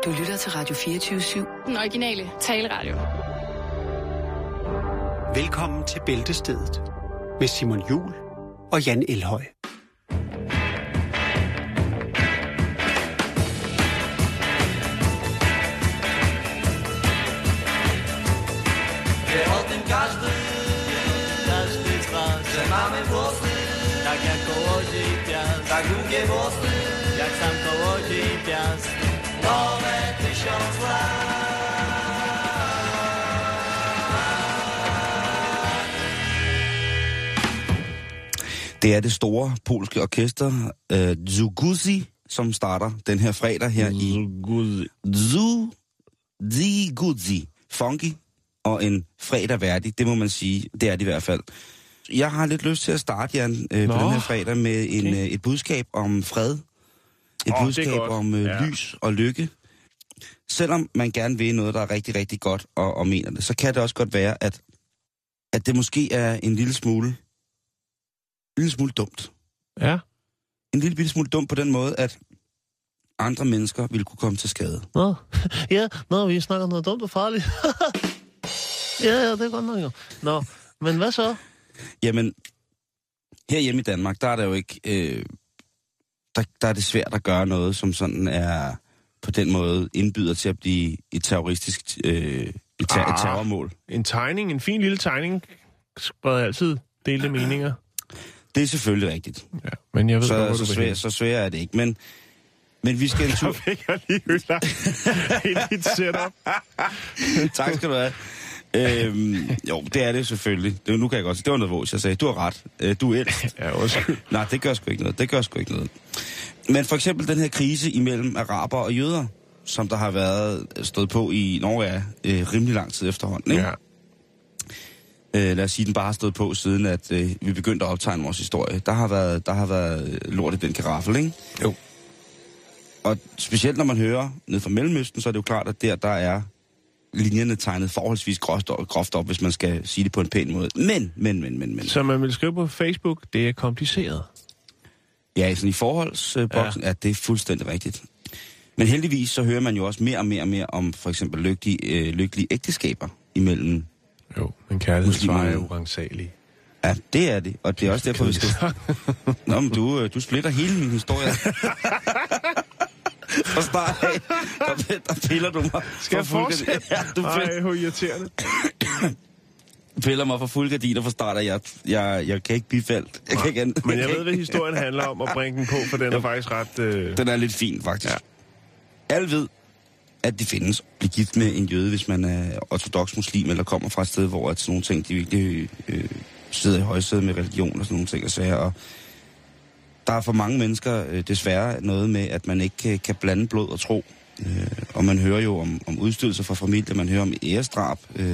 Du lytter til Radio 24/7. Den originale taleradio. Velkommen til Bæltestedet med Simon Juhl og Jan Elhøj. Mamy włosy, tak jak kołodziej piast, tak długie włosy, jak sam kołodziej piast, nowe 1000 lat. Det er det store polske orkester, Zuguzi, som starter den her fredag her i Zuguzi. Funky og en fredag værdig, det må man sige, det er det i hvert fald. Jeg har lidt lyst til at starte, Jan, på den her fredag med et budskab om fred. Et budskab om lys og lykke. Selvom man gerne vil noget, der er rigtig, rigtig godt og mener det, så kan det også godt være, at det måske er en lille smule dumt. Ja. En lille smule dumt på den måde, at andre mennesker ville kunne komme til skade. Vi snakker noget dumt og farligt. ja, det er godt nok jo. Men hvad så? Jamen, herhjemme i Danmark, der er der jo ikke... der er det svært at gøre noget, som sådan er på den måde indbyder til at blive et terroristisk et terrormål. En fin lille tegning spreder altid delte meninger. Det er selvfølgelig rigtigt. Ja, men jeg ved så svært er det ikke. Men vi skal en tur... Jeg fik lige hylder i dit setup. Tak skal du have. Jo, det er det selvfølgelig. Nu kan jeg godt sige, det var noget vås, jeg sagde. Du har ret. Du er ældst. Ja, undskyld. Nej, det gør sgu ikke noget. Men for eksempel den her krise imellem araber og jøder, som der har været stået på i Norge rimelig lang tid efterhånden, ikke? Ja. Lad os sige, den bare har stået på, siden at vi begyndte at optegne vores historie. Der har været lort i den karaffel, ikke? Jo. Og specielt når man hører ned fra Mellemøsten, så er det jo klart, at der er linjerne tegnet forholdsvis groft op, hvis man skal sige det på en pæn måde. Men. Så man vil skrive på Facebook, det er kompliceret. Ja, sådan i forholdsboksen, ja, det er fuldstændig rigtigt. Men heldigvis så hører man jo også mere og mere om for eksempel lykkelige ægteskaber imellem. Jo, men kærlighedsvar er uransagelige. Ja, det er det. Og det er også derfor, vi skal... Nå, men du splitter hele min historie. Fra start af, der piller du mig. Skal jeg fortsætte? Ja, Ej, hvor irriterende. Piller mig fra fuldgardiner fra start af. Jeg kan ikke bifalde. Men jeg ved, hvad historien handler om, at bringe den på, for den er faktisk ret... Den er lidt fin, faktisk. Ja. Alle ved, at det findes at blive gift med en jøde, hvis man er ortodox muslim, eller kommer fra et sted, hvor sådan nogle ting, de virkelig sidder i højsædet med religion og sådan nogle ting og sager. Og der er for mange mennesker desværre noget med, at man ikke kan blande blod og tro. Og man hører jo om udstødelser fra familie, man hører om æresdrab.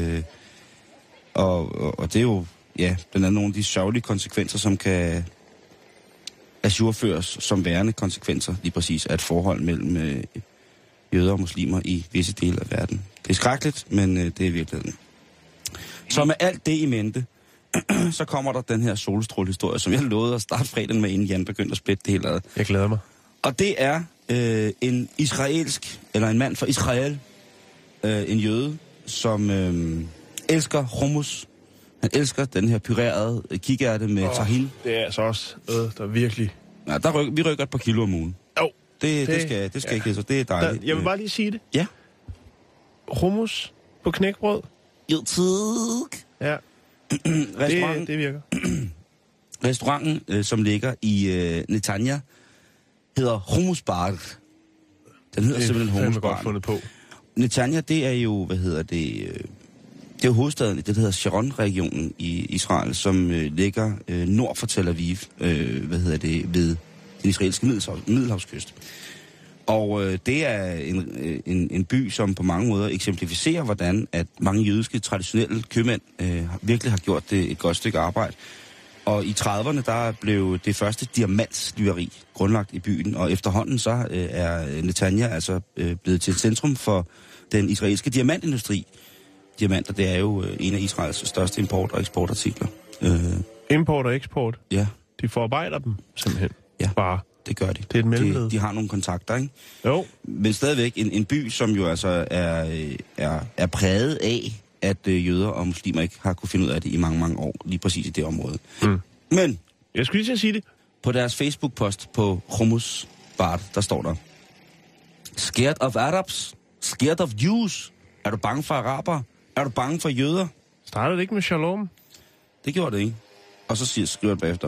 Og det er jo, ja, blandt andet nogle af de sørgelige konsekvenser, som kan ajourføres som værende konsekvenser, lige præcis af et forhold mellem jøder og muslimer i visse dele af verden. Det er skrækkeligt, men det er virkeligheden. Så med alt det i mente, så kommer der den her solstrålehistorie, som jeg lovede at starte fredagen med, inden Jan begyndte at splitte det hele ad. Jeg glæder mig. Og det er en mand fra Israel, en jøde, som elsker hummus. Han elsker den her pyrerede kikærte med tahin. Det er altså også der virkelig... Ja, vi rykker et par kilo om ugen. Jo. Det skal ikke hedde, så det er dejligt. Jeg vil bare lige sige det. Ja. Hummus på knækbrød. Jo, tak. Ja. Det virker. Restauranten, som ligger i Netanya, hedder Hummus Bar. Den hedder simpelthen Hummus Bar. Godt fundet på. Netanya, det er jo, det er jo hovedstaden i det, der hedder Sharon-regionen i Israel, som ligger nord for Tel Aviv, ved den israelske middelhavskyst. Og det er en by, som på mange måder eksemplificerer, hvordan at mange jødiske traditionelle købmænd virkelig har gjort det et godt stykke arbejde. Og i 30'erne, der blev det første diamantsliveri grundlagt i byen, og efterhånden så er Netanya altså blevet til et centrum for den israelske diamantindustri. Diamanter, det er jo en af Israels største import- og eksportartikler. Import og eksport? Ja. De forarbejder dem simpelthen? Ja. Bare? Det gør de. Det er et mellemled. De har nogle kontakter, ikke? Jo. Men stadigvæk en by, som jo altså er præget af, at jøder og muslimer ikke har kunne finde ud af det i mange, mange år, lige præcis i det område. Mm. Men Jeg skulle lige til at sige det. på deres Facebook-post på Hummus Bart, der står der: Scared of Arabs? Scared of Jews? Er du bange for araber? Er du bange for jøder? Startede det ikke med shalom? Det gjorde det ikke. Og så skriver det bagefter: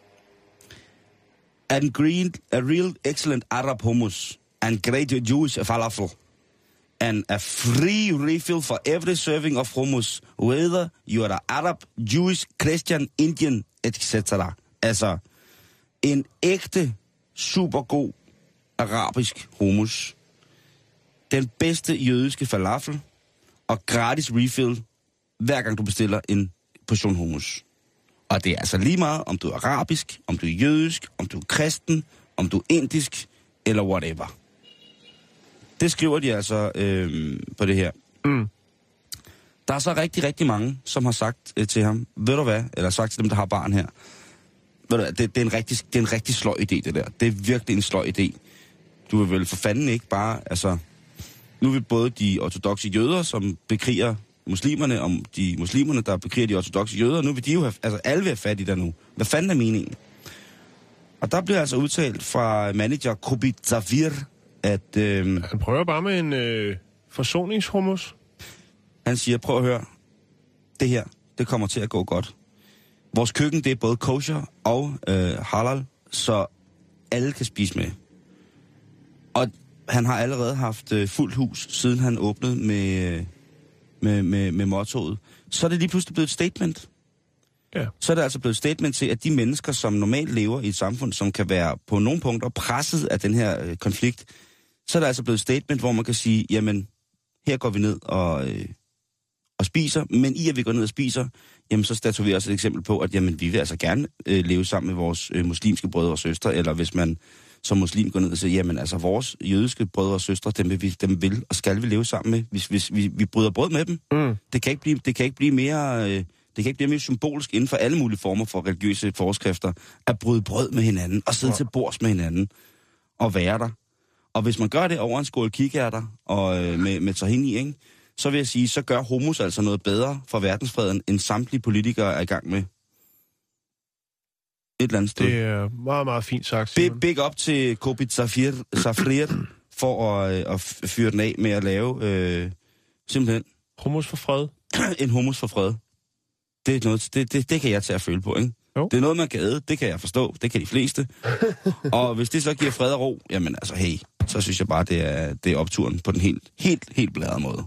And green, a real excellent Arab hummus, and great Jewish falafel, and a free refill for every serving of hummus, whether you are Arab, Jewish, Christian, Indian, etc. Altså, en ægte, supergod arabisk hummus. Den bedste jødiske falafel, og gratis refill, hver gang du bestiller en portion hummus. Og det er altså lige meget, om du er arabisk, om du er jødisk, om du er kristen, om du er indisk, eller whatever. Det skriver de altså på det her. Mm. Der er så rigtig, rigtig mange, som har sagt til ham, ved du hvad, eller sagt til dem, der har barn her, ved du hvad, det er en rigtig sløj idé, det der. Det er virkelig en sløj idé. Du vil vel for fanden ikke bare, altså, nu vil både de ortodokse jøder, som bekriger muslimerne, om de muslimerne, der bekriger de ortodokse jøder, nu vil de jo have, altså alle vil have fat i der nu. Hvad fanden er meningen? Og der bliver altså udtalt fra manager Kobi Zafir, at Han prøver bare med en forsoningshummus. han siger, prøv at høre, det her, det kommer til at gå godt. Vores køkken, det er både kosher og halal, så alle kan spise med. Og han har allerede haft fuldt hus, siden han åbnede med mottoet. Så er det lige pludselig blevet et statement. Ja. Så er det altså blevet et statement til, at de mennesker, som normalt lever i et samfund, som kan være på nogle punkter presset af den her konflikt, så er det altså blevet et statement, hvor man kan sige, jamen, her går vi ned og spiser, men i at vi går ned og spiser, jamen så statuerer vi også et eksempel på, at jamen, vi vil altså gerne leve sammen med vores muslimske brødre og søstre, eller hvis man som muslim går ned og siger, jamen altså vores jødiske brødre og søstre, dem vil og skal vi leve sammen med, hvis vi bryder brød med dem. Mm. Det kan ikke blive mere symbolisk inden for alle mulige former for religiøse forskrifter, at bryde brød med hinanden, og sidde til bords med hinanden, og være der. Og hvis man gør det over en skål kikærter, og med tahini, ikke, så vil jeg sige, så gør hummus altså noget bedre for verdensfreden, end samtlige politikere er i gang med. Et eller andet sted. Det er meget, meget fint sagt, Simon. Big up til Kobi Zafir for at fyre den af med at lave simpelthen Hummus for fred. en hummus for fred. Det er noget, det kan jeg tage at føle på, ikke? Jo. Det er noget, man kan æde, det kan jeg forstå, det kan de fleste. Og hvis det så giver fred og ro, jamen altså, hey, så synes jeg bare, det er opturen på den helt bladrede måde.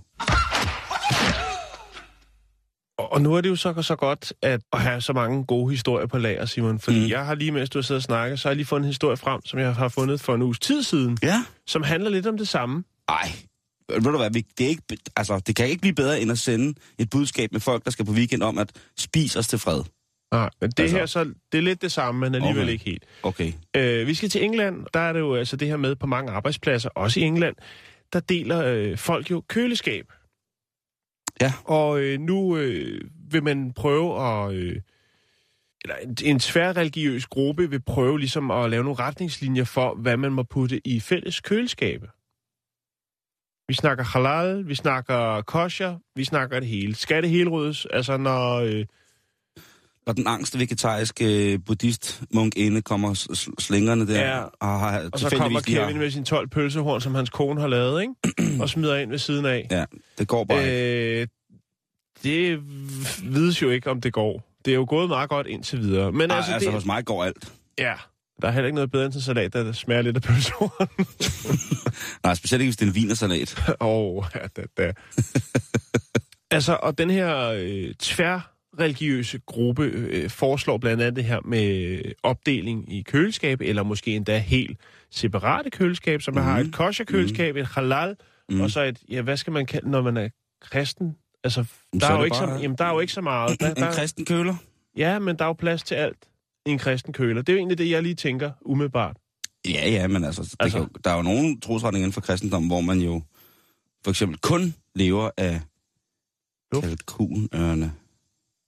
Og nu er det jo så godt at have så mange gode historier på lager, Simon. Fordi jeg har lige, mens du har siddet og snakket, så har jeg lige fundet en historie frem, som jeg har fundet for en uges tid siden. Ja. Som handler lidt om det samme. Ej, ved du hvad, det kan ikke blive bedre end at sende et budskab med folk, der skal på weekend om at spise os til fred. Nej, men det her så, det er lidt det samme, men alligevel ikke helt. Okay. Vi skal til England. Der er det jo altså det her med på mange arbejdspladser, også i England, der deler folk jo køleskab. Ja. Og nu vil man prøve at... eller en tværreligiøs gruppe vil prøve ligesom at lave nogle retningslinjer for, hvad man må putte i fælles køleskabet. Vi snakker halal, vi snakker kosher, vi snakker det hele. Skal det hele ryddes? Altså når... Og den angste vegetariske buddhist-munk-ene kommer slingrende der. Ja, og så kommer Kevin med sin 12 pølsehorn, som hans kone har lavet, ikke? Og smider ind ved siden af. Ja, det går bare ikke. Det vides jo ikke, om det går. Det er jo gået meget godt indtil videre. Men altså hos mig går alt. Ja, der er heller ikke noget bedre end til salat, der smager lidt af pølsehorn. Nej, specielt ikke, hvis det er en wienersalat. Ja. Altså, og den her tværreligiøse gruppe foreslår blandt andet det her med opdeling i køleskab, eller måske endda helt separate køleskab, så man har et kosher-køleskab, et halal, og så et, hvad skal man kalde, når man er kristen? Altså, der er jo ikke så meget. En kristen køler? Ja, men der er jo plads til alt i en kristen køler. Det er jo egentlig det, jeg lige tænker umiddelbart. Ja, men altså der er jo nogle trosretninger inden for kristendommen, hvor man jo for eksempel kun lever af kalkunørne.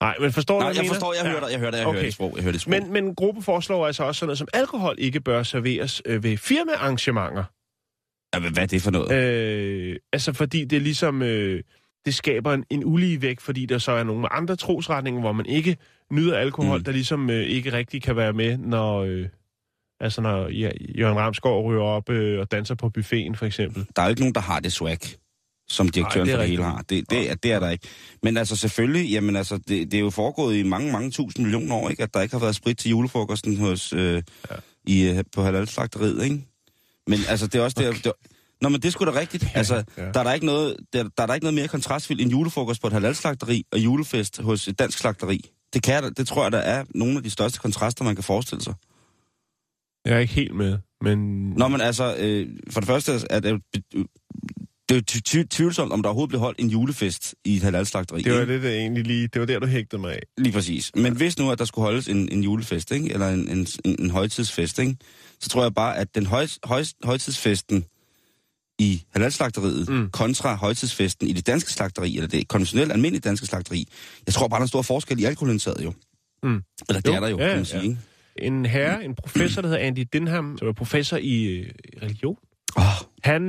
Nej, men forstår du, hvad jeg forstår, jeg hører det sprog. Men gruppen foreslår altså også sådan noget som alkohol ikke bør serveres ved firmaarrangementer. Ja, hvad er det for noget? Altså fordi det ligesom, det skaber en ulige vægt, fordi der så er nogle andre trosretninger, hvor man ikke nyder alkohol, der ligesom ikke rigtig kan være med, når Jørgen Ramsgaard ryger op og danser på buffeten, for eksempel. Der er jo ikke nogen, der har det swag, som direktøren for det hele har. Det er der ikke. Men altså selvfølgelig, jamen altså, det er jo foregået i mange tusind millioner år, ikke? At der ikke har været sprit til julefrokosten på halalslagteriet, ikke? Men altså, det er også det. Nå, men det er sgu da rigtigt. Altså, der er der ikke noget mere kontrastfyldt end julefrokost på et halalslagteri og julefest hos et dansk slagteri. Det tror jeg, der er nogle af de største kontraster, man kan forestille sig. Jeg er ikke helt med, men... Nå, men altså, for det første er det jo tvivlsomt, om der overhovedet blev holdt en julefest i et halalslagteri. Det var det egentlig lige... Det var der, du hægtede mig af. Lige præcis. Men hvis nu, at der skulle holdes en julefest, ikke? Eller en højtidsfest, ikke? Så tror jeg bare, at den højtidsfesten i halalslagteriet kontra højtidsfesten i det danske slagteri, eller det konventionelle, almindelige danske slagteri, jeg tror bare, der er en stor forskel i alkoholindtaget jo. Eller det er der jo, kan man sige, ikke? En professor, der hedder Andy Dinham, som er professor i religion. Han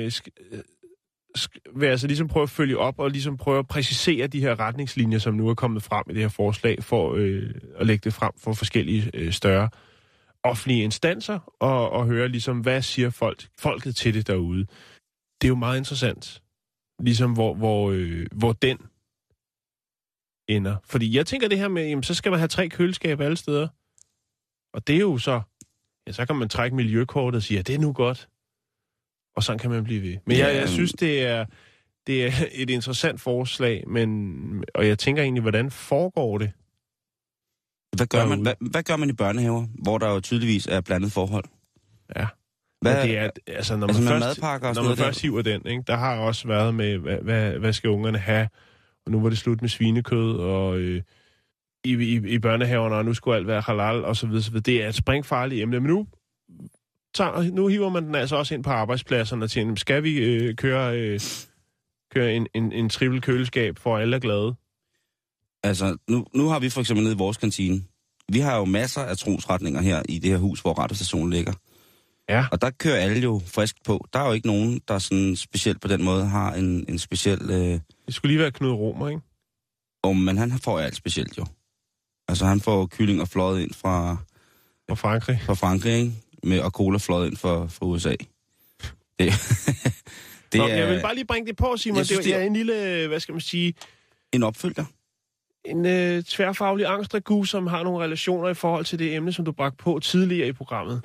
vil altså ligesom prøve at følge op og ligesom prøve at præcisere de her retningslinjer, som nu er kommet frem i det her forslag, for at lægge det frem for forskellige større offentlige instanser, og høre ligesom, hvad siger folket til det derude. Det er jo meget interessant, ligesom hvor den ender. Fordi jeg tænker det her med, jamen, så skal man have 3 køleskaber alle steder. Og det er jo så, så kan man trække miljøkortet og sige, det er nu godt. Og sådan kan man blive ved. Men jeg synes, det er et interessant forslag, og jeg tænker egentlig, hvordan foregår det? Hvad gør man i børnehaver, hvor der jo tydeligvis er blandet forhold? Ja. Det er, altså, når man først hiver den, ikke, der har også været med, hvad skal ungerne have? Og nu var det slut med svinekød, og i børnehaverne, og nu skulle alt være halal, og så videre. Det er et springfarligt emne, men nu hiver man den altså også ind på arbejdspladserne og tænker, skal vi køre en triple køleskab, for alle er glade? Altså, nu har vi for eksempel nede i vores kantine. Vi har jo masser af trosretninger her i det her hus, hvor radiostationen ligger. Ja. Og der kører alle jo frisk på. Der er jo ikke nogen, der sådan specielt på den måde har en speciel... Det skulle lige være Knud Romer, ikke? Men han får alt specielt jo. Altså, han får kylling og fløjet ind fra Frankrig. Fra Frankrig, ikke? Og cola fløjet ind fra USA. Jeg vil bare lige bringe det på, Simon. Det er en lille, hvad skal man sige... En opfølger. En tværfaglig angstdragu, som har nogle relationer i forhold til det emne, som du bragte på tidligere i programmet.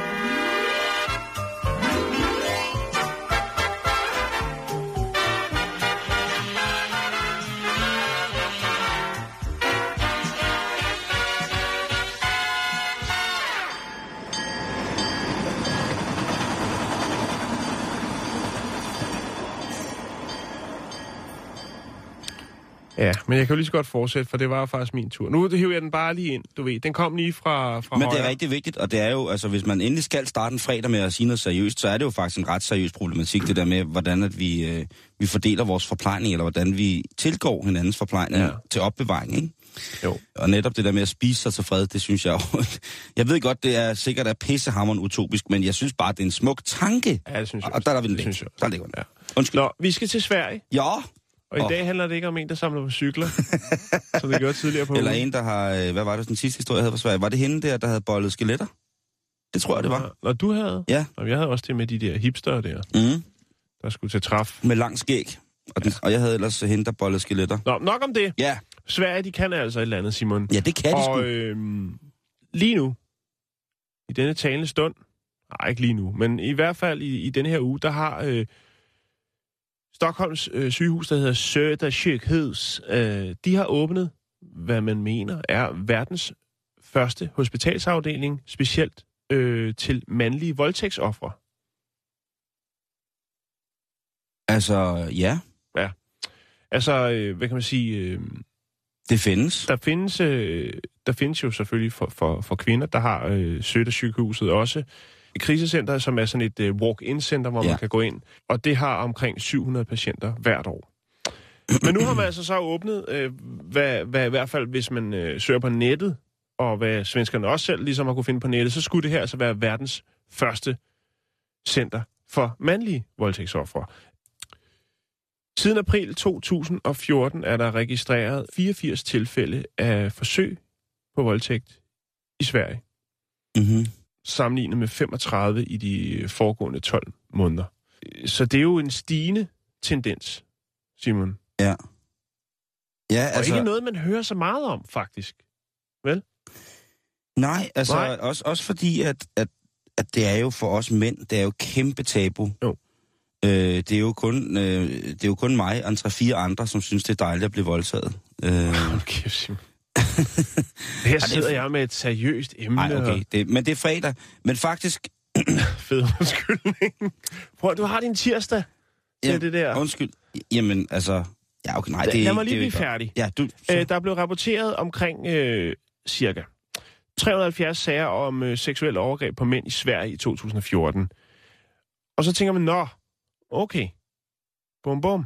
Ja, men jeg kan jo lige så godt fortsætte, for det var faktisk min tur. Nu hiver jeg den bare lige ind, du ved. Den kom lige fra Men højre. Det er rigtig vigtigt, og det er jo, altså hvis man endelig skal starte en fredag med at sige noget seriøst, så er det jo faktisk en ret seriøs problematik, det der med, hvordan at vi fordeler vores forplejning, eller hvordan vi tilgår hinandens forplejning til opbevaring, ikke? Jo. Og netop det der med at spise sig til fred, det synes jeg jo... Jeg ved godt, det er sikkert er pissehammerende utopisk, men jeg synes bare, det er en smuk tanke. Ja, det synes jeg. Og der er vi den det. Der ligger den. Ja. Undskyld. Nå, vi skal til Sverige. Ja. Og i dag handler det ikke om en, der samler på cykler, som det gjorde tidligere på eller en, der har... Hvad var det, den sidste historie, jeg havde fra Sverige? Var det hende der havde bollet skeletter? Det tror jeg, det var. Når du havde? Ja. Og jeg havde også det med de der hipster der, der skulle til træf. Med lang skæg. Og jeg havde ellers hende, der bollede skeletter. Nå, nok om det. Ja. Sverige, de kan altså et eller andet, Simon. Ja, det kan de sgu. Og lige nu, i denne talende stund, nej, ikke lige nu, men i hvert fald i denne her uge, der har Stockholms sygehus, der hedder Södra sjukhus, de har åbnet, hvad man mener, er verdens første hospitalsafdeling, specielt til mandlige voldtægtsofre. Altså, ja. Ja. Altså, hvad kan man sige... det findes. Der findes jo selvfølgelig for kvinder, der har Södra syghuset også et krisecenter, som er sådan et walk-in-center, hvor man kan gå ind. Og det har omkring 700 patienter hvert år. Men nu har man altså så åbnet, hvad i hvert fald, hvis man søger på nettet, og hvad svenskerne også selv ligesom har kunne finde på nettet, så skulle det her altså være verdens første center for mandlige voldtægtsofre. Siden april 2014 er der registreret 84 tilfælde af forsøg på voldtægt i Sverige. Mm-hmm. Sammenlignet med 35 i de foregående 12 måneder. Så det er jo en stigende tendens, Simon. Ja. Ja, altså... Og ikke noget, man hører så meget om, faktisk. Vel? Nej, altså Nej. Også fordi, at det er jo for os mænd, det er jo kæmpe tabu. Jo. Det er jo kun mig og 3-4 andre, som synes, det er dejligt at blive voldtaget. Okay, Simon. Her sidder jeg med et seriøst emne. Nej, okay. Men det er fredag. Men faktisk... Fed undskyldning. Prøv, du har din tirsdag til det der. Undskyld. Jamen, altså... Ja, okay, nej, Lad mig lige blive færdig. Ja, der blev rapporteret omkring cirka 370 sager om seksuelle overgreb på mænd i Sverige i 2014. Og så tænker man, okay. Bum, bum.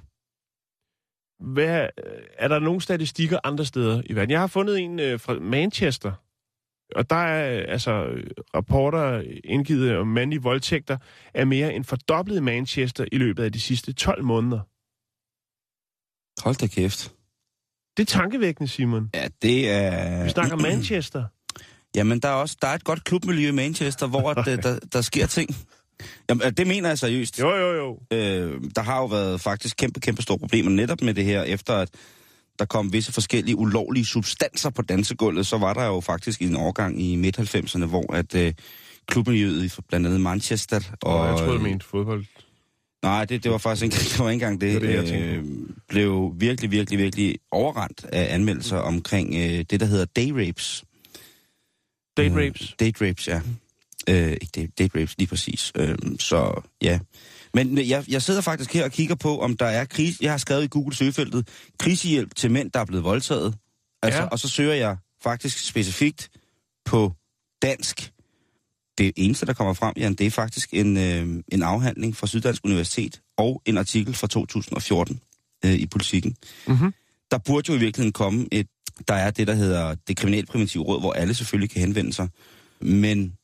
Er der nogle statistikker andre steder i verden? Jeg har fundet en fra Manchester, og der er altså rapporter indgivet om mandlige voldtægter er mere end fordoblet i Manchester i løbet af de sidste 12 måneder. Hold da kæft. Det er tankevækkende, Simon. Ja, det er... Vi snakker Manchester. Jamen, der er et godt klubmiljø i Manchester, hvor der sker ting. Jamen, det mener jeg seriøst. Jo. Der har jo været faktisk kæmpe store problemer netop med det her, efter at der kom visse forskellige ulovlige substanser på dansegulvet, så var der jo faktisk en årgang i midt-90'erne, hvor at klubmiljøet i blandt andet Manchester og... Jeg troede, du mente fodbold. Nej, det var faktisk ikke engang det. Blev virkelig overrendt af anmeldelser omkring det, der hedder day rapes. Date rapes? Date rapes, ja. Ikke date rapes, lige præcis. Så ja. Men jeg sidder faktisk her og kigger på, om der er krise. Jeg har skrevet i Google søgefeltet, krisehjælp til mænd, der er blevet voldtaget. Altså, ja. Og så søger jeg faktisk specifikt på dansk. Det eneste, der kommer frem, Jan, det er faktisk en afhandling fra Syddansk Universitet og en artikel fra 2014 i Politiken. Mm-hmm. Der burde jo i virkeligheden komme der er det, der hedder det kriminalpræventive råd, hvor alle selvfølgelig kan henvende sig. Men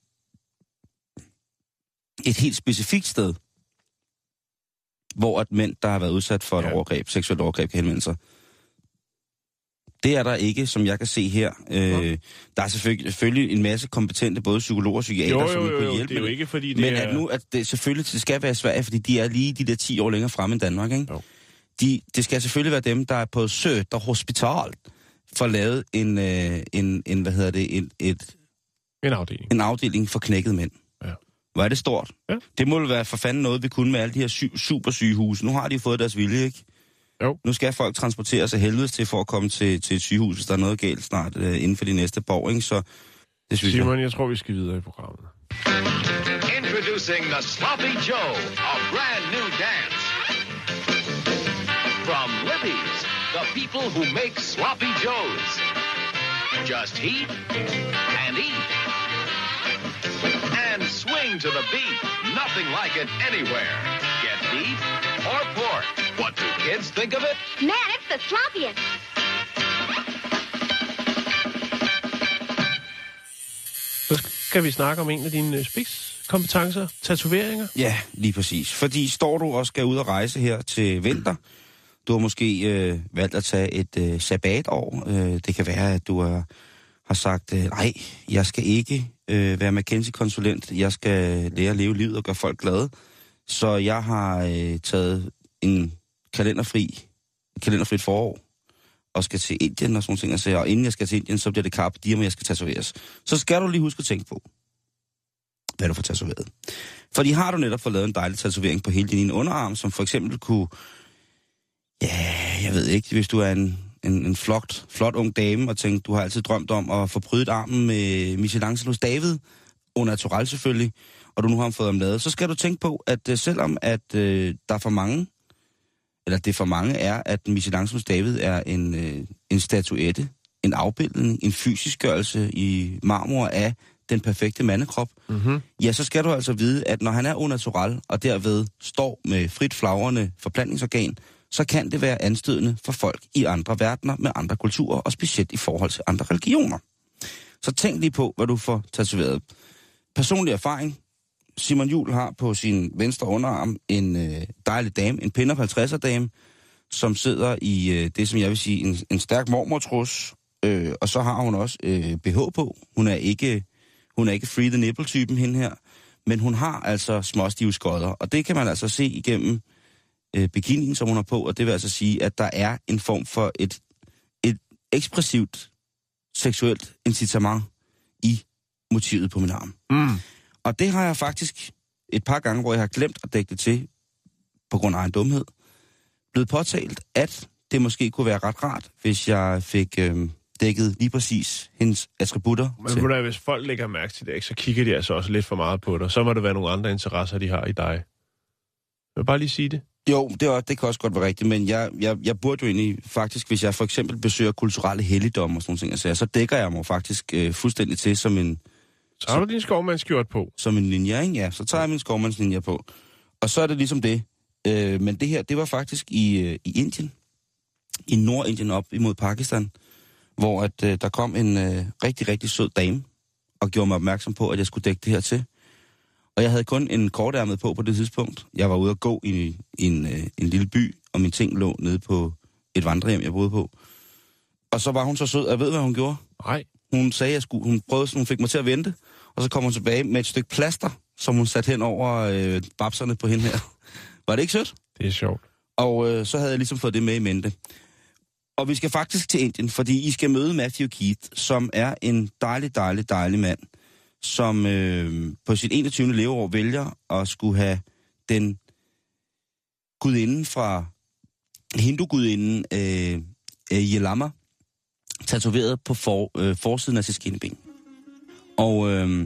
et helt specifikt sted, hvor at mænd, der har været udsat for et overgreb, seksuelt overgreb, kan henvende sig. Det er der ikke, som jeg kan se her. Der er selvfølgelig en masse kompetente, både psykologer og psykiater, som vil kunne hjælpe. Det er jo ikke, fordi det men at det selvfølgelig det skal være Sverige, fordi de er lige de der 10 år længere fremme end Danmark, ikke? Jo. Det skal selvfølgelig være dem, der er på Söder Hospital, for at lave en afdeling for knækkede mænd. Ja. Hvor er det stort? Ja. Det må være for fanden noget, vi kunne med alle de her supersygehuse. Nu har de fået deres vilje, ikke? Jo. Nu skal folk transportere sig helvedes til for at komme til et sygehus, hvis der er noget galt snart inden for de næste par år, ikke? Så det synes Simon, jeg tror, vi skal videre i programmet. Introducing the Sloppy Joe, a brand new dance. From Libby's, the people who make Sloppy Joes. Just heat and eat. And swing to the beat. Nothing like it anywhere. Get beef or pork. What do kids think of it? Man, it's the sloppiest. Så skal vi snakke om en af dine spidskompetencer, tatoveringer. Ja, lige præcis. Fordi står du og skal ud og rejse her til vinter, du har måske valgt at tage et sabbatår. Det kan være, at du har sagt, nej, jeg skal ikke være McKinsey-konsulent. Jeg skal lære at leve livet og gøre folk glade. Så jeg har taget en kalenderfrit forår og skal til Indien og sådan ting. Og inden jeg skal til Indien, så bliver det Carpe Diem, jeg skal tatoveres. Så skal du lige huske at tænke på, hvad du får tatoveret. Fordi har du netop fået lavet en dejlig tatovering på hele din underarm, som for eksempel kunne, jeg ved ikke, hvis du er en flot ung dame, og tænker, du har altid drømt om at få prydet armen med Michelangelos David, au naturel selvfølgelig, og du nu har fået ham lavet, så skal du tænke på, at selvom at der er for mange, eller det for mange er, at Michelangelos David er en statuette, en afbildning, en fysiskgørelse i marmor af den perfekte mandekrop, ja, så skal du altså vide, at når han er au naturel, og derved står med frit flagrende forplantningsorgan, så kan det være anstødende for folk i andre verdener med andre kulturer, og specielt i forhold til andre religioner. Så tænk lige på, hvad du får tatoveret. Personlig erfaring. Simon Juhl har på sin venstre underarm en dejlig dame, en pin-up 50'er-dame, som sidder i det, som jeg vil sige, en stærk mormortrus. Og så har hun også BH på. Hun er ikke free the nipple-typen, hende her. Men hun har altså småstive skodder. Og det kan man altså se igennem bikinien, som hun har på. Og det vil altså sige, at der er en form for et ekspressivt seksuelt incitament i motivet på min arm. Og det har jeg faktisk et par gange, hvor jeg har glemt at dække det til, på grund af en dumhed, blevet påtalt, at det måske kunne være ret rart, hvis jeg fik dækket lige præcis hendes attributter. Men hvis folk lægger mærke til det, så kigger de altså også lidt for meget på dig. Så må det være nogle andre interesser, de har i dig. Jeg vil bare lige sige det. Jo, det kan også godt være rigtigt, men jeg burde jo egentlig faktisk, hvis jeg for eksempel besøger kulturelle helligdomme og sådan nogle ting, så dækker jeg mig faktisk fuldstændig til som en... Så har du din skovmandskjort på. Som en linje, ikke? Ja, så tager jeg min skovmandslinje på. Og så er det ligesom det. Men det her, det var faktisk i Indien. I Nordindien op imod Pakistan. Hvor der kom en rigtig, rigtig sød dame og gjorde mig opmærksom på, at jeg skulle dække det her til. Og jeg havde kun en kortærmet på det tidspunkt. Jeg var ude at gå i en lille by, og mine ting lå nede på et vandrehjem, jeg boede på. Og så var hun så sød, og jeg ved, hvad hun gjorde. Nej. Hun sagde, hun fik mig til at vente, og så kom hun tilbage med et stykke plaster, som hun satte hen over babserne på hende her. Var det ikke sødt? Det er sjovt. Og så havde jeg ligesom fået det med i mente. Og vi skal faktisk til Indien, fordi I skal møde Matthew Keith, som er en dejlig mand, som på sit 21. leveår vælger at skulle have den gudinden fra hindugudinden Yelama tatoveret på forsiden af sit skinneben. Og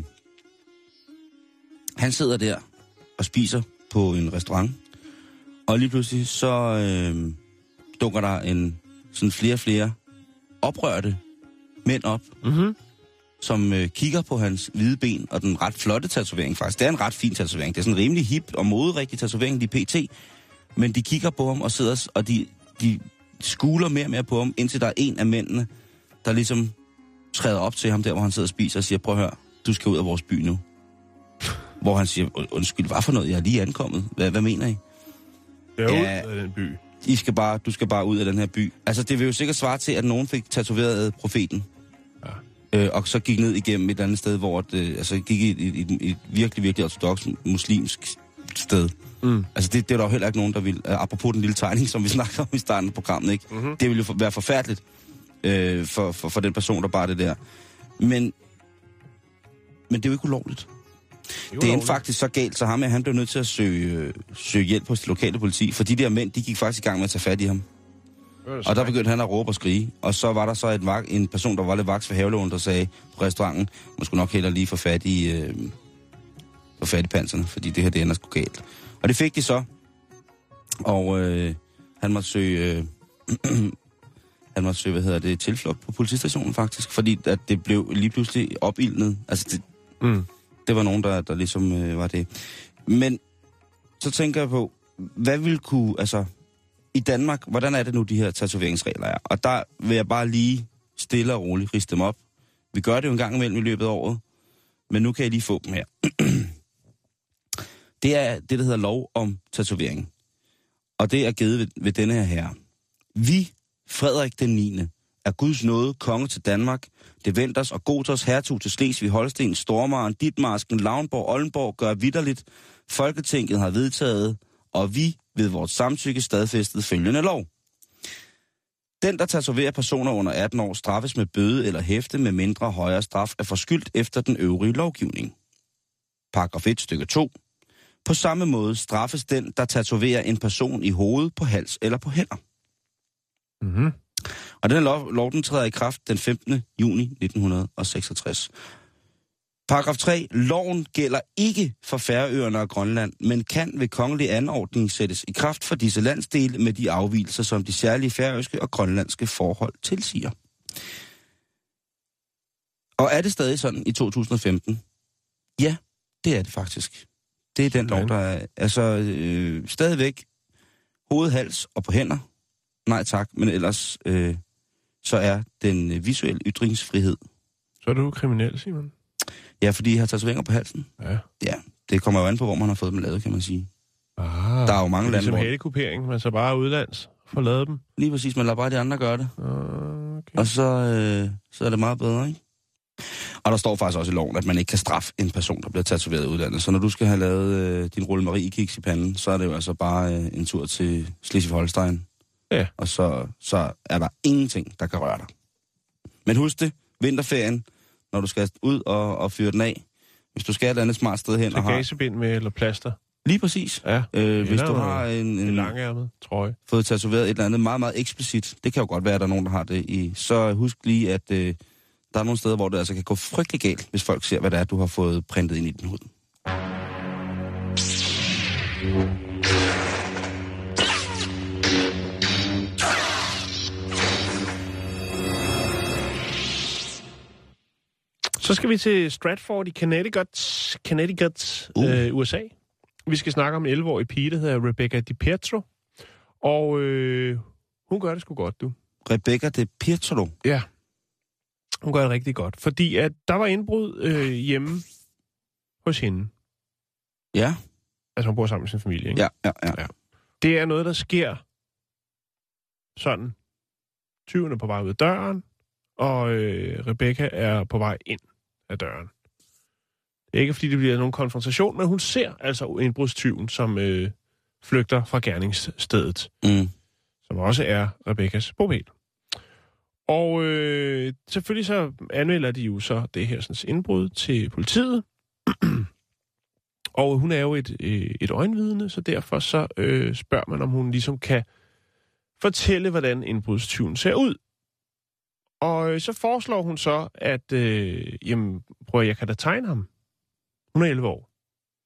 han sidder der og spiser på en restaurant, og lige pludselig så dukker der sådan flere oprørte mænd op, som kigger på hans hvide ben, og den ret flotte tatovering faktisk. Det er en ret fin tatovering. Det er sådan en rimelig hip og moderigtig tatovering, de pt. Men de kigger på ham og sidder, og de skuler mere og mere på ham, indtil der er en af mændene, der ligesom træder op til ham der, hvor han sidder og spiser, og siger, prøv at høre, du skal ud af vores by nu. Hvor han siger, undskyld, hvad for noget? Jeg er lige ankommet. Hvad mener I? Jeg er ud af den by. Du skal bare ud af den her by. Altså, det vil jo sikkert svare til, at nogen fik tatoveret profeten. Ja. Og så gik ned igennem et andet sted, hvor gik i et virkelig ortodoks muslimsk sted. Altså, det er der jo heller ikke nogen, der vil. Apropos den lille tegning, som vi snakker om i starten af programmet, ikke? Det ville jo være forfærdeligt for den person, der bare det der. Men det er jo ikke ulovligt. Det er faktisk så galt, så han blev nødt til at søge hjælp hos det lokale politi, for de der mænd, de gik faktisk i gang med at tage fat i ham. Og der begyndte han at råbe og skrige, og så var der så en person, der var lidt vaks for havelån, der sagde på restauranten, man skulle nok hellere lige få fat i panserne, fordi det her, det ender sgu galt. Og det fik de så, og han måtte søge tilflugt på politistationen faktisk, fordi at det blev lige pludselig opildnet. Altså det var nogen, der ligesom var det. Men så tænker jeg på, hvad vil kunne, altså i Danmark, hvordan er det nu, de her tatoveringsregler er? Og der vil jeg bare lige stille og roligt riste dem op. Vi gør det jo en gang imellem i løbet af året, men nu kan jeg lige få dem her. Det er det, der hedder lov om tatovering. Og det er givet ved denne her herre. Vi, Frederik den 9., er Guds nåde, konge til Danmark, det Venters og Goters, hertug til Slesvig, Holsten, Stormaren, Ditmarsken, Lauenborg, Oldenborg, gør vitterligt. Folketinget har vedtaget, og vi ved vores samtykke stadfæstet følgende lov. Den, der tatoverer personer under 18 år, straffes med bøde eller hæfte med mindre højere straf, er forskyldt efter den øvrige lovgivning. Paragraf 1, stykke 2. På samme måde straffes den, der tatoverer en person i hovedet, på hals eller på hænder. Og den lov, den træder i kraft den 15. juni 1966. Paragraf 3. Loven gælder ikke for Færøerne og Grønland, men kan ved kongelig anordning sættes i kraft for disse landsdele med de afvigelser, som de særlige færøske og grønlandske forhold tilsiger. Og er det stadig sådan i 2015? Ja, det er det faktisk. Det er den lov, der er stadigvæk hoved, hals og på hænder. Nej tak, men ellers så er den visuelle ytringsfrihed. Så er du kriminel, Simon. Ja, fordi jeg har tatoveringer på halsen. Ja. Ja, det kommer jo an på, hvor man har fået dem lavet, kan man sige. Ah, Der er jo mange lande, ligesom hvor... hælikopering, man så bare udlands får lavet dem. Lige præcis, man lader bare de andre gøre det. Okay. Og så er det meget bedre, ikke? Og der står faktisk også i loven, at man ikke kan straffe en person, der bliver tatoveret i udlandet. Så når du skal have lavet din rulle Marie-kiks i panden, så er det jo altså bare en tur til Slesvig-Holstein. Ja. Og så er der ingenting, der kan røre dig. Men husk det, vinterferien, når du skal ud og fyre den af. Hvis du skal et andet smart sted hen og har... Bagagebind med eller plaster. Lige præcis. Ja. Hvis du har en langærmet trøje. Fået tatoveret et eller andet meget, meget eksplicit, det kan jo godt være, at der er nogen, der har det i, så husk lige, at der er nogle steder, hvor det altså kan gå frygtelig galt, hvis folk ser, hvad det er, du har fået printet ind i din hud. Så skal vi til Stratford i Connecticut, USA. Vi skal snakke om en 11-årig pige, der hedder Rebecca DiPietro. Og hun gør det sgu godt, du. Rebecca DiPietro? Ja. Hun gør det rigtig godt. Fordi at der var indbrud hjemme hos hende. Ja. Altså hun bor sammen med sin familie, ikke? Ja. Det er noget, der sker sådan. Tyven er på vej ud af døren, og Rebecca er på vej ind af døren. Det er ikke, fordi det bliver nogen konfrontation, men hun ser altså indbrudstyven, som flygter fra gerningsstedet. Som også er Rebeccas bopæl. Og selvfølgelig så anmelder de jo så det her sådan, indbrud til politiet. Og hun er jo et øjenvidne, så derfor så spørger man, om hun ligesom kan fortælle, hvordan indbrudstyven ser ud. Og så foreslår hun så, at jamen, prøv at jeg kan da tegne ham. Hun er 11 år.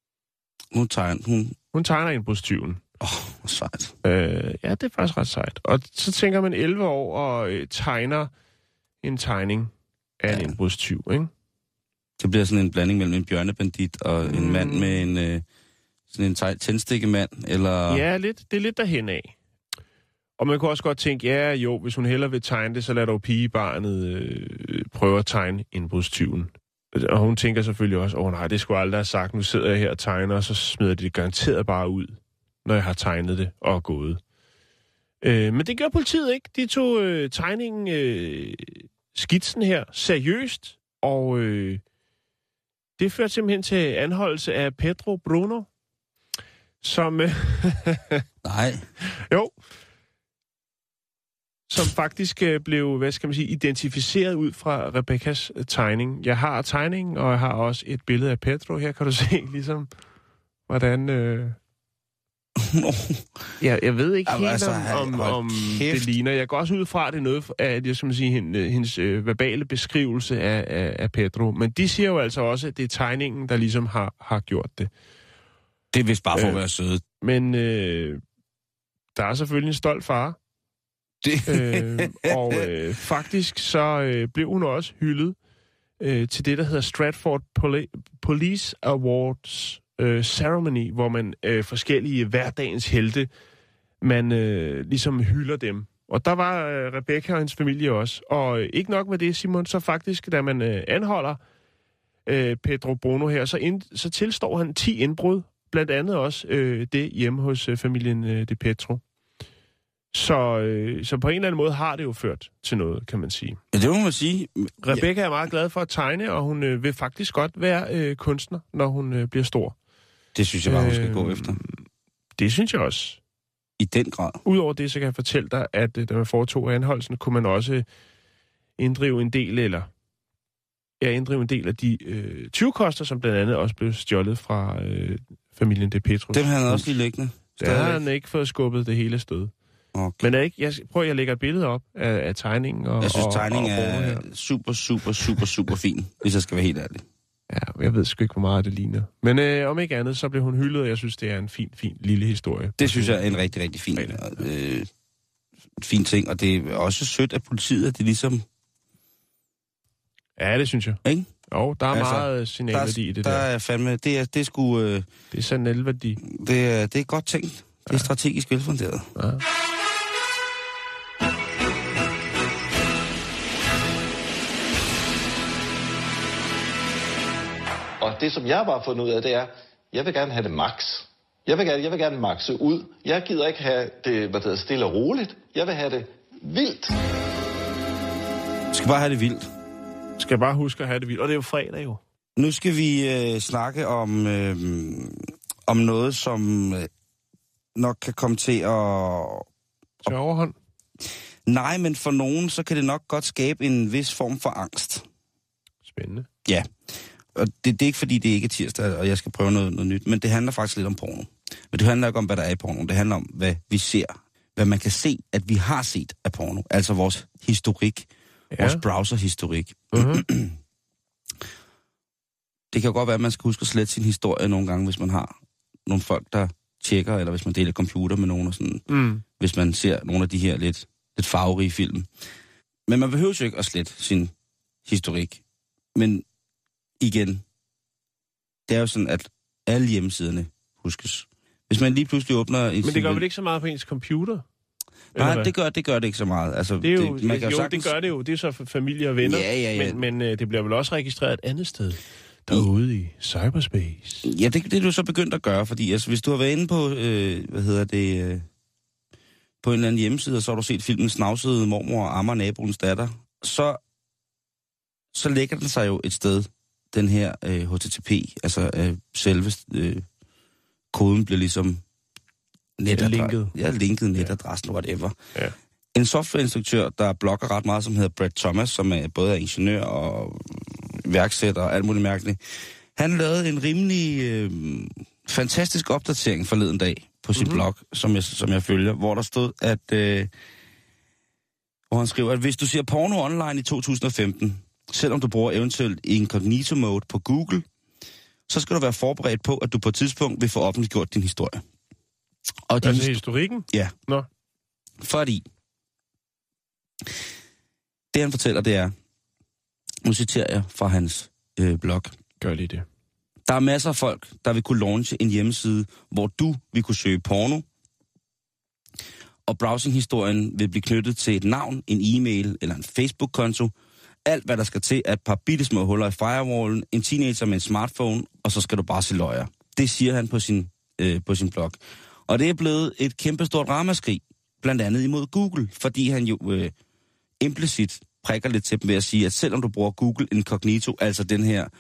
Hun tegner indbrudstyven. Hvor sejt. Ja, det er faktisk ret sejt. Og så tænker man 11 år og tegner en tegning af en indbrudstyv, ikke? Det bliver sådan en blanding mellem en bjørnebandit og en mand med en sådan en tændstikkemand, eller... Ja, det er lidt derhen af. Og man kunne også godt tænke, ja jo, hvis hun hellere vil tegne det, så lad dog pigebarnet prøve at tegne indbrudstyven. Og hun tænker selvfølgelig også, nej, det skulle jeg aldrig have sagt, nu sidder jeg her og tegner, og så smider de det garanteret bare ud, når jeg har tegnet det og er gået. Men det gør politiet ikke. De tog tegningen, skitsen her, seriøst, og det førte simpelthen til anholdelse af Pedro Bruno, som... Nej. Jo. Som faktisk blev, identificeret ud fra Rebeccas tegning. Jeg har tegningen, og jeg har også et billede af Pedro. Her kan du se, ligesom, hvordan... Jeg ved ikke helt, altså, om det ligner. Jeg går også ud fra, at det er noget af hendes verbale beskrivelse af Pedro. Men de siger jo altså også, at det er tegningen, der ligesom har gjort det. Det er vist bare for at være søde. Men der er selvfølgelig en stolt far. Og faktisk så blev hun også hyldet til det, der hedder Stratford Police Awards ceremony, hvor man forskellige hverdagens helte, man ligesom hylder dem. Og der var Rebecca og hendes familie også. Og ikke nok med det, Simon, så faktisk, da man anholder Pedro Bruno her, så tilstår han 10 indbrud, blandt andet også det hjemme hos familien DiPietro. Så på en eller anden måde har det jo ført til noget, kan man sige. Ja, det må man sige. Rebecca er meget glad for at tegne, og hun vil faktisk godt være kunstner, når hun bliver stor. Det synes jeg bare, hun skal gå efter. Det synes jeg også. I den grad. Udover det, så kan jeg fortælle dig, at da man foretog anholdelsen, kunne man også inddrive en del af de tyvekoster, som blandt andet også blev stjålet fra familien DiPietro. Dem havde han også lige liggende. Der har han ikke fået skubbet det hele sted. Okay. Men jeg lægger et billede op af tegningen. Jeg synes, tegningen er super fin, hvis jeg skal være helt ærlig. Ja, jeg ved sgu ikke, hvor meget det ligner. Men om ikke andet, så blev hun hyldet, og jeg synes, det er en fin lille historie. Det synes jeg er en rigtig, rigtig fin ting, og det er også sødt af politiet, at det ligesom... Ja, det synes jeg. Ikke? Jo, der er meget signalværdi i det der. Der er fandme... Det er sgu... Det er signalværdi. Det er godt tænkt. Det er strategisk velfunderet. Ja. Og det, som jeg bare har fundet ud af, det er, jeg vil gerne have det max. Jeg vil gerne maxe ud. Jeg gider ikke have det, stille og roligt. Jeg vil have det vildt. Du skal bare have det vildt. Skal jeg bare huske at have det vildt. Og det er jo fredag jo. Nu skal vi snakke om noget, som nok kan komme til at... Til overhånd? Nej, men for nogen, så kan det nok godt skabe en vis form for angst. Spændende. Ja, og det er ikke fordi, det ikke er tirsdag, og jeg skal prøve noget nyt, men det handler faktisk lidt om porno. Men det handler ikke om, hvad der er i porno. Det handler om, hvad vi ser. Hvad man kan se, at vi har set af porno. Altså vores historik. Ja. Vores browserhistorik. Uh-huh. Det kan jo godt være, at man skal huske at slette sin historie nogle gange, hvis man har nogle folk, der tjekker, eller hvis man deler computer med nogen, og sådan, hvis man ser nogle af de her lidt farverige film. Men man behøver jo ikke at slette sin historik. Men igen, det er jo sådan, at alle hjemmesiderne huskes. Hvis man lige pludselig åbner... Men det gør vel ikke så meget på ens computer? Nej, det gør det ikke så meget. Altså, det er jo, man kan jo sagtens... det gør det jo. Det er så for familie og venner. Ja. Men det bliver vel også registreret et andet sted. Derude i cyberspace. Ja, det er du så begyndt at gøre, fordi altså, hvis du har været inde på, på en eller anden hjemmeside, og så har du set filmen Snavsede mormor og ammer naboens datter, så lægger den sig jo et sted, den her HTTP, altså selve koden bliver ligesom linket netadressen, whatever. Ja. En softwareinstruktør, der blogger ret meget, som hedder Brett Thomas, som er både ingeniør og værksætter og alt muligt mærkeligt. Han lavede en rimelig fantastisk opdatering forleden dag på sin blog, som jeg følger, hvor der stod, at hvor han skriver, at hvis du ser porno online i 2015, selvom du bruger eventuelt incognito mode på Google, så skal du være forberedt på, at du på et tidspunkt vil få offentliggjort din historie. Og altså historikken? Ja. Nå. Fordi det han fortæller, det er, nu citerer jeg fra hans blog. Gør lige det. Der er masser af folk, der vil kunne launche en hjemmeside, hvor du vil kunne søge porno, og browsinghistorien vil blive knyttet til et navn, en e-mail eller en Facebook-konto. Alt, hvad der skal til, er et par bittesmå huller i firewallen, en teenager med en smartphone, og så skal du bare se løjer. Det siger han på sin blog. Og det er blevet et kæmpestort ramaskrig, blandt andet imod Google, fordi han jo implicit prikker lidt til dem ved at sige, at selvom du bruger Google Incognito, altså den her,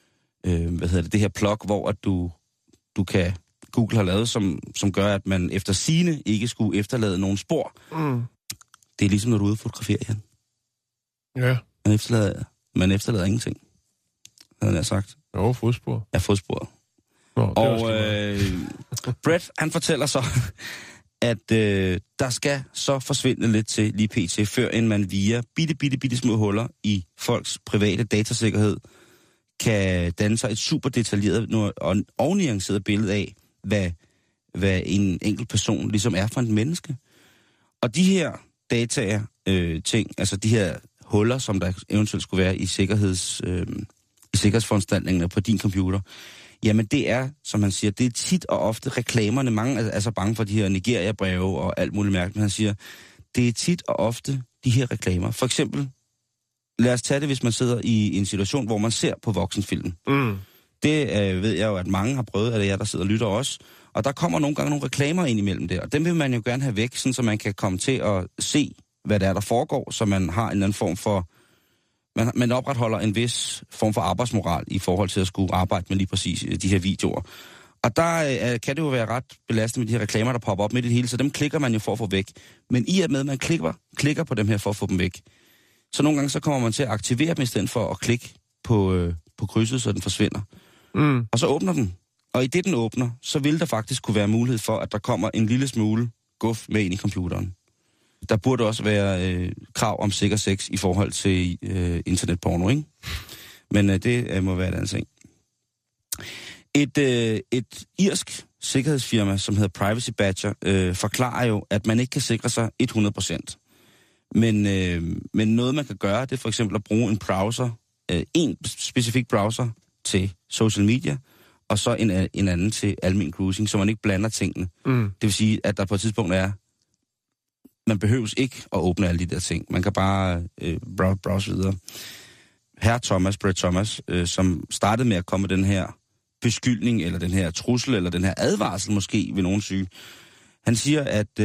det her plug, hvor at du kan, Google har lavet, som gør, at man efter sigende ikke skulle efterlade nogen spor. Det er ligesom, når du er ude og fotografere, Jan. Ja. Man efterlader ingenting, havde jeg sagt. Jo, fodspor. Ja, fodspor. Og Brett, han fortæller så, at der skal så forsvinde lidt til lige pt., før end man via bitte små huller i folks private datasikkerhed kan danne sig et super detaljeret og nuanceret billede af, hvad en enkelt person ligesom er for en menneske. Og de her dataer, ting, altså de her huller, som der eventuelt skulle være i sikkerhedsforanstaltningerne på din computer, jamen det er, som han siger, det er tit og ofte reklamerne. Mange er så bange for de her Nigeria-breve og alt muligt mærkeligt, men han siger, det er tit og ofte de her reklamer. For eksempel, lad os tage det, hvis man sidder i en situation, hvor man ser på voksenfilm. Det ved jeg jo, at mange har prøvet, at det er jeg, der sidder og lytter også. Og der kommer nogle gange nogle reklamer ind imellem det, og dem vil man jo gerne have væk, sådan, så man kan komme til at se, hvad der foregår, så man har en eller anden form for... Man opretholder en vis form for arbejdsmoral i forhold til at skulle arbejde med lige præcis de her videoer. Og der kan det jo være ret belastende med de her reklamer, der popper op midt i det hele, så dem klikker man jo for at få væk. Men i og med, at man klikker på dem her for at få dem væk, så nogle gange så kommer man til at aktivere dem i stedet for at klikke på krydset, så den forsvinder. Og så åbner den. Og i det, den åbner, så vil der faktisk kunne være mulighed for, at der kommer en lille smule guf med ind i computeren. Der burde også være krav om sikker sex i forhold til internetporno, ikke? Men det må være et andet ting. Et irsk sikkerhedsfirma, som hedder Privacy Badger, forklarer jo, at man ikke kan sikre sig 100%. Men noget, man kan gøre, det er for eksempel at bruge en browser, en specifik browser til social media, og så en anden til almen cruising, så man ikke blander tingene. Det vil sige, at der på et tidspunkt man behøves ikke at åbne alle de der ting. Man kan bare browse videre. Brett Thomas, som startede med at komme med den her beskyldning, eller den her trussel, eller den her advarsel måske ved nogen syge. Han siger, at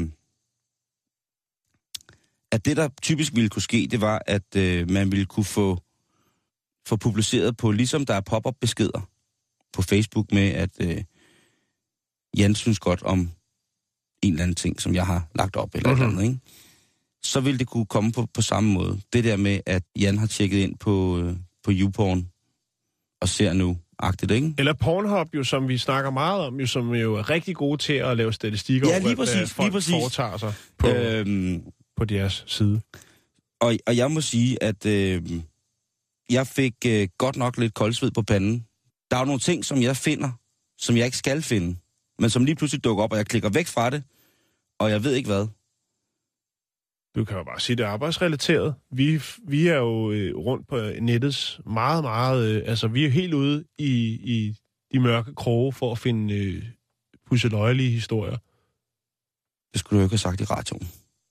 det, der typisk ville kunne ske, det var, at man ville kunne få publiceret på, ligesom der er pop-up beskeder på Facebook med, at Jan synes godt om en eller anden ting, som jeg har lagt op, eller et eller andet, ikke? Så ville det kunne komme på samme måde. Det der med, at Jan har tjekket ind på YouPorn og ser nu agtigt, ikke? Eller Pornhub, jo, som vi snakker meget om, jo, som jo er rigtig gode til at lave statistikker over, hvad folk foretager sig på deres side. Og jeg må sige, at jeg fik godt nok lidt koldsved på panden. Der er jo nogle ting, som jeg finder, som jeg ikke skal finde, men som lige pludselig dukker op, og jeg klikker væk fra det, og jeg ved ikke hvad. Du kan jo bare sige, det er arbejdsrelateret. Vi er jo rundt på nettets meget, meget... altså, vi er helt ude i de mørke kroge for at finde pusseløjelige historier. Det skulle du jo ikke have sagt i radioen.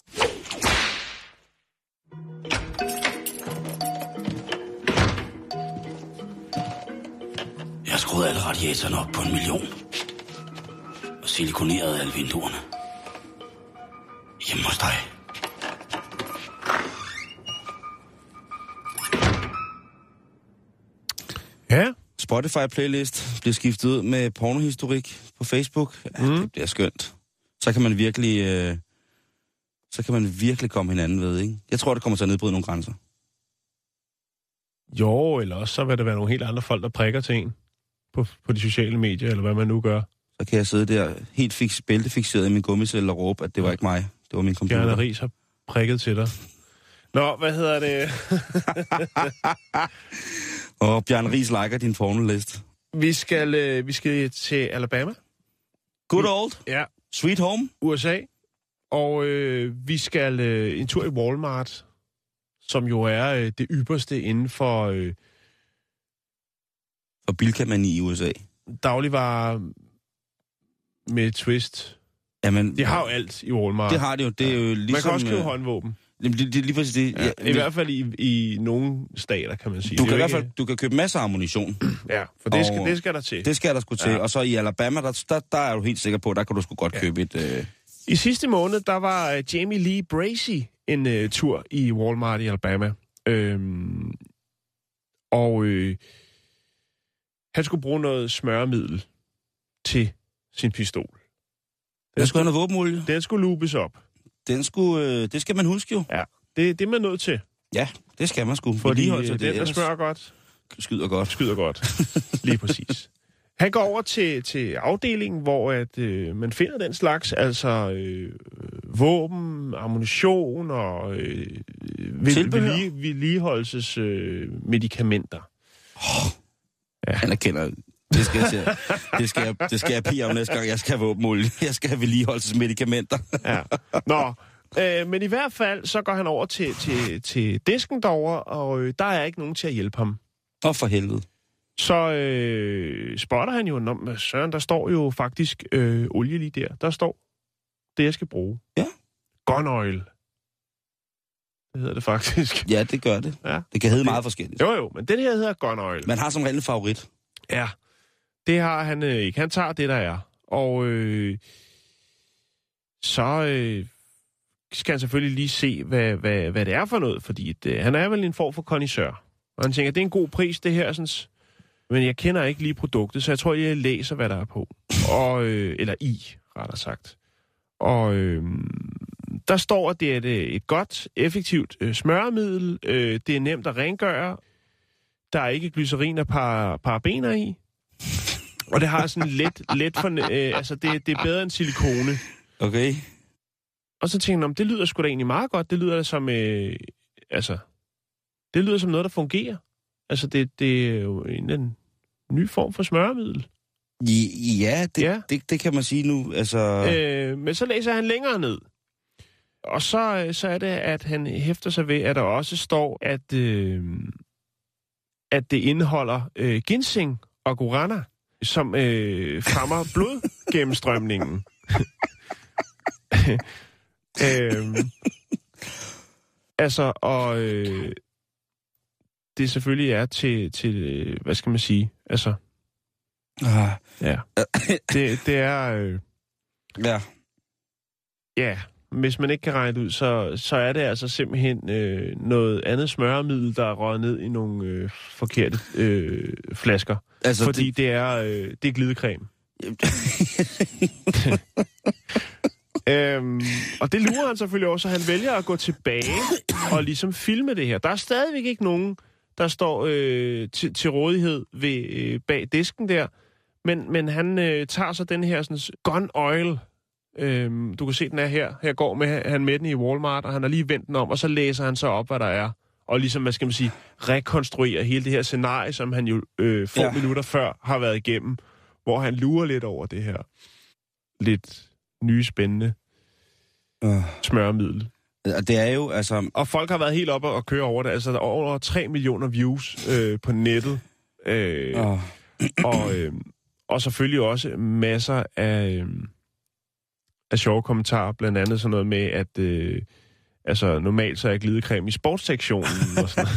Jeg har skruet alle radiatorerne op på 1 million. Og silikoneret alle vinduerne. Hjemme hos dig. Ja. Spotify-playlist bliver skiftet ud med pornohistorik på Facebook. Ja, det bliver skønt. Så kan man virkelig komme hinanden ved, ikke? Jeg tror, det kommer til at nedbryde nogle grænser. Jo, eller også så vil der være nogle helt andre folk, der prikker til en på de sociale medier, eller hvad man nu gør. Så kan jeg sidde der helt bæltefixeret i min gummicelle og råbe, at det var ikke mig. Det var min computer. Bjarne Riis har prikket til dig. Nå, hvad hedder det? Og Bjarne Riis liker din pornoliste. Vi skal til Alabama. Good old. Ja. Sweet home. USA. Og vi skal en tur i Walmart, som jo er det ypperste inden for... for bilkamani i USA. Dagligvarer med twist. Jamen, de har jo alt i Walmart. Det har de jo. Det er jo ligesom, man kan også købe håndvåben. Det er lige præcis det. Ja, I hvert fald i nogle stater, kan man sige. Du kan købe masser af ammunition. Ja, for det skal der til. Det skal der sgu til. Og så i Alabama, der er du helt sikker på, der kan du sgu godt købe et... I sidste måned, der var Jamie Lee Bracey en tur i Walmart i Alabama. Han skulle bruge noget smøremiddel til sin pistol. Den skulle have noget våbenolie. Den skulle lubes op. Det skal man huske jo. Ja, det er man nødt til. Ja, det skal man sgu. Fordi den, der smører godt, skyder godt. Lige præcis. Han går over til afdelingen, hvor man finder den slags, altså våben, ammunition og vedligeholdelsesmedikamenter. Ja. Han erkender... Det skal jeg pige om næste gang. Jeg skal have våbenolie. Jeg skal have vedligeholdelsesmedikamenter. Ja. Nå, men i hvert fald, så går han over til disken derovre, og der er ikke nogen til at hjælpe ham. For helvede. Så spotter han jo, Søren, der står jo faktisk olie lige der. Der står det, jeg skal bruge. Ja. Gun oil. Det hedder det faktisk. Ja, det gør det. Ja. Det kan hedde meget forskelligt. Jo, men den her hedder gun oil. Man har som regel en favorit. Ja, det har han ikke. Han tager det, der er. Og så skal han selvfølgelig lige se, hvad det er for noget, fordi han er vel en form for connoisseur. Og han tænker, det er en god pris, det her, sådan, men jeg kender ikke lige produktet, så jeg tror, jeg læser, hvad der er på. Eller rettere sagt. Og der står, at det er et godt, effektivt smøremiddel. Det er nemt at rengøre. Der er ikke glycerin og parabener i. Og det har sådan let for... altså, det er bedre end silikone. Okay. Og så tænker jeg, det lyder sgu da egentlig meget godt. Det lyder som... det lyder som noget, der fungerer. Altså, det er jo en ny form for smøremiddel. Ja, det kan man sige nu. Altså... Men så læser han længere ned. Og så er det, at han hæfter sig ved, at der også står, at det indeholder ginseng og guarana. som fremmer blodgennemstrømningen. Altså, og det selvfølgelig er til hvad skal man sige, altså, ja, det er, ja, hvis man ikke kan regne det ud, så er det altså simpelthen noget andet smøremiddel, der er røget ned i nogle forkerte flasker. Altså, fordi det er glidecreme. Og det lurer han selvfølgelig også, at han vælger at gå tilbage og ligesom filme det her. Der er stadigvæk ikke nogen, der står til rådighed ved bag disken der, men han tager så den her sådan, gun oil. Du kan se, den er her. Her går han med den i Walmart, og han har lige vendt den om, og så læser han så op, hvad der er. Og ligesom, hvad skal man sige, rekonstruerer hele det her scenarie, som han jo få minutter før har været igennem, hvor han lurer lidt over det her lidt nye, spændende smøremiddel. Det er jo, altså... Og folk har været helt oppe og køre over det. Altså, der er over 3 millioner views på nettet. Og selvfølgelig også masser af sjove kommentarer. Blandt andet sådan noget med, at altså, normalt så er glidecreme i sportssektionen. Og sådan.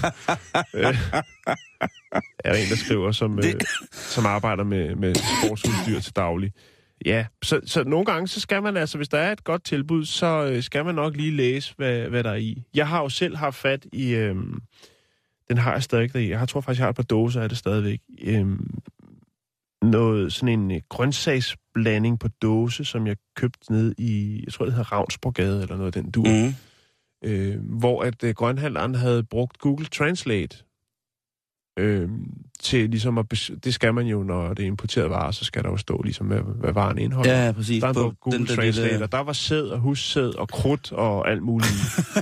Er der en, der skriver, som arbejder med sportsudstyr til daglig. Ja, så nogle gange, så skal man altså, hvis der er et godt tilbud, så skal man nok lige læse, hvad der er i. Jeg har jo selv haft fat i, den har jeg stadig deri. Jeg tror faktisk, jeg har et par dåser af det stadigvæk. Noget, sådan en grøntsagsblanding på dåse, som jeg købte ned i, jeg tror det hedder Ravnsborggade, eller noget af den dur. Hvor at grønthandleren havde brugt Google Translate til ligesom at... Det skal man jo, når det er importeret varer, så skal der jo stå ligesom, hvad varen indeholder. Ja, præcis. Der er på Google Translate, og der var sæd og hussæd og krudt og alt muligt.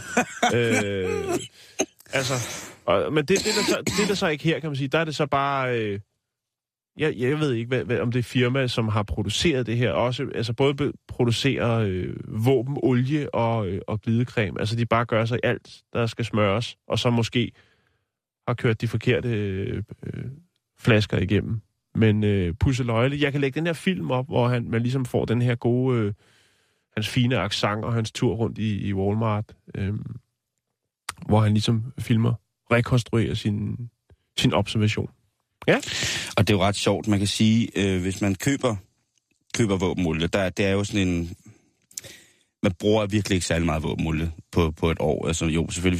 Altså... men det der så ikke her, kan man sige, der er det så bare... Jeg ved ikke, om det er firma, som har produceret det her, også altså både producerer våbenolie og glidecreme. Altså de bare gør sig alt, der skal smøres, og så måske har kørt de forkerte flasker igennem. Men pusseløjle. Jeg kan lægge den her film op, hvor man ligesom får den her gode, hans fine accent og hans tur rundt i Walmart, hvor han ligesom filmer, rekonstruerer sin observation. Ja. Og det er jo ret sjovt, man kan sige, hvis man køber våbenolie, det er jo sådan en... Man bruger virkelig ikke særlig meget våbenolie på et år. Altså jo, selvfølgelig